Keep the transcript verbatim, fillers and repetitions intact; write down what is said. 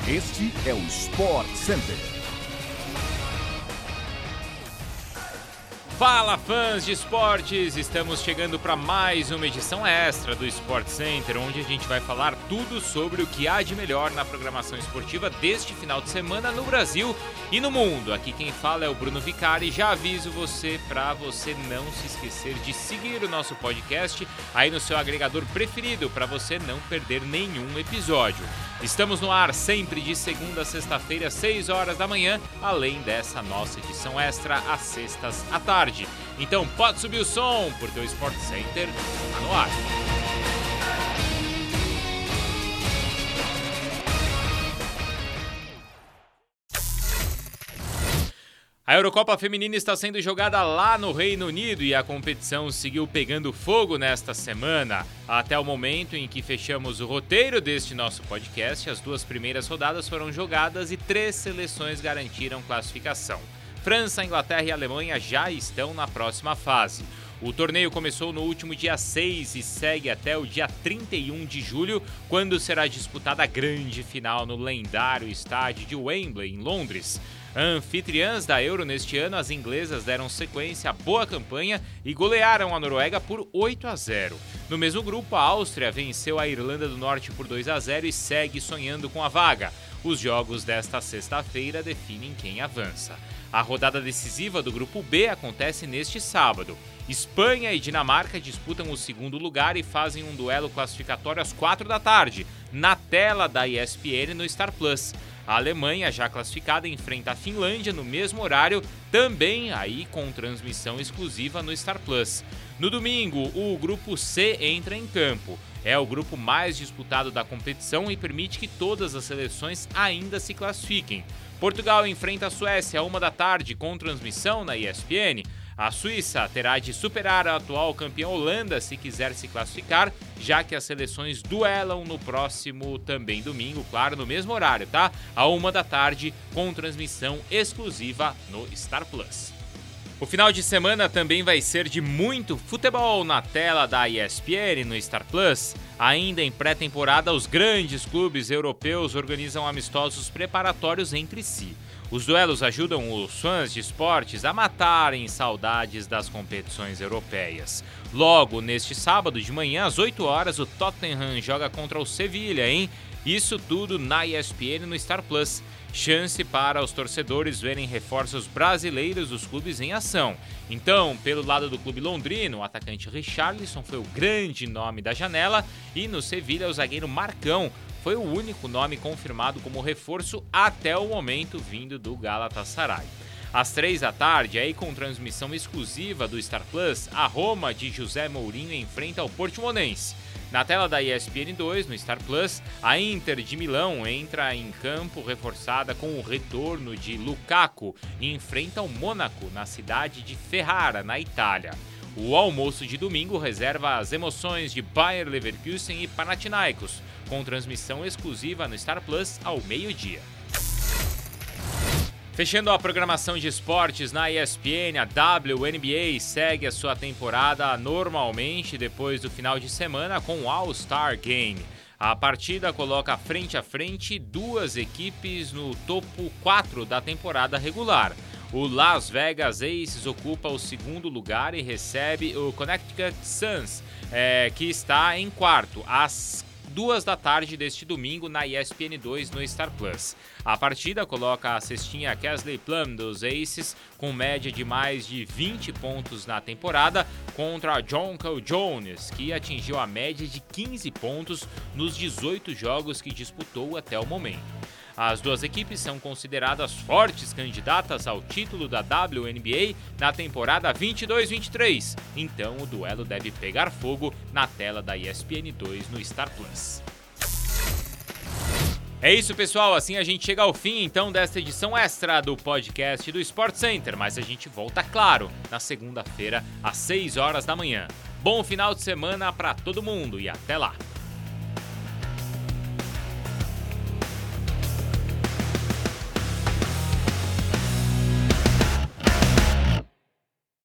Este é o Sport Center. Fala, fãs de esportes! Estamos chegando para mais uma edição extra do Sport Center, onde a gente vai falar tudo sobre o que há de melhor na programação esportiva deste final de semana no Brasil e no mundo. Aqui quem fala é o Bruno Vicari e já aviso você para você não se esquecer de seguir o nosso podcast aí no seu agregador preferido para você não perder nenhum episódio. Estamos no ar sempre de segunda a sexta-feira, seis horas da manhã, além dessa nossa edição extra às sextas à tarde. Então pode subir o som, porque o Sport Center está no ar. A Eurocopa Feminina está sendo jogada lá no Reino Unido e a competição seguiu pegando fogo nesta semana. Até o momento em que fechamos o roteiro deste nosso podcast, as duas primeiras rodadas foram jogadas e três seleções garantiram classificação. França, Inglaterra e Alemanha já estão na próxima fase. O torneio começou no último dia seis e segue até o dia trinta e um de julho, quando será disputada a grande final no lendário estádio de Wembley, em Londres. Anfitriãs da Euro neste ano, as inglesas deram sequência à boa campanha e golearam a Noruega por oito a zero. No mesmo grupo, a Áustria venceu a Irlanda do Norte por dois a zero e segue sonhando com a vaga. Os jogos desta sexta-feira definem quem avança. A rodada decisiva do grupo B acontece neste sábado. Espanha e Dinamarca disputam o segundo lugar e fazem um duelo classificatório às quatro da tarde, na tela da E S P N no Star Plus. A Alemanha, já classificada, enfrenta a Finlândia no mesmo horário, também aí com transmissão exclusiva no Star Plus. No domingo, o grupo C entra em campo. É o grupo mais disputado da competição e permite que todas as seleções ainda se classifiquem. Portugal enfrenta a Suécia a uma da tarde com transmissão na E S P N. A Suíça terá de superar a atual campeã Holanda se quiser se classificar, já que as seleções duelam no próximo também domingo, claro, no mesmo horário, tá? A uma da tarde com transmissão exclusiva no Star Plus. O final de semana também vai ser de muito futebol na tela da E S P N no Star Plus. Ainda em pré-temporada, os grandes clubes europeus organizam amistosos preparatórios entre si. Os duelos ajudam os fãs de esportes a matarem saudades das competições europeias. Logo, neste sábado de manhã, às oito horas, o Tottenham joga contra o Sevilha, hein? Isso tudo na E S P N no Star Plus. Chance para os torcedores verem reforços brasileiros dos clubes em ação. Então, pelo lado do clube londrino, o atacante Richarlison foi o grande nome da janela e no Sevilha o zagueiro Marcão foi o único nome confirmado como reforço até o momento vindo do Galatasaray. Às três da tarde, aí com transmissão exclusiva do Star Plus, a Roma de José Mourinho enfrenta o Portimonense. Na tela da E S P N dois, no Star Plus, a Inter de Milão entra em campo reforçada com o retorno de Lukaku e enfrenta o Mônaco na cidade de Ferrara, na Itália. O almoço de domingo reserva as emoções de Bayer Leverkusen e Panathinaikos, com transmissão exclusiva no Star Plus ao meio-dia. Fechando a programação de esportes na E S P N, a W N B A segue a sua temporada normalmente depois do final de semana com o All-Star Game. A partida coloca frente a frente duas equipes no topo quatro da temporada regular. O Las Vegas Aces ocupa o segundo lugar e recebe o Connecticut Suns, é, que está em quarto, às duas da tarde deste domingo na E S P N dois no Star Plus. A partida coloca a cestinha Kesley Plum dos Aces com média de mais de vinte pontos na temporada contra Jonkel Jones, que atingiu a média de quinze pontos nos dezoito jogos que disputou até o momento. As duas equipes são consideradas fortes candidatas ao título da W N B A na temporada vinte e dois vinte e três, então o duelo deve pegar fogo na tela da E S P N dois no Star Plus. É isso, pessoal, assim a gente chega ao fim então desta edição extra do podcast do Sport Center, mas a gente volta, claro, na segunda-feira às seis horas da manhã. Bom final de semana para todo mundo e até lá!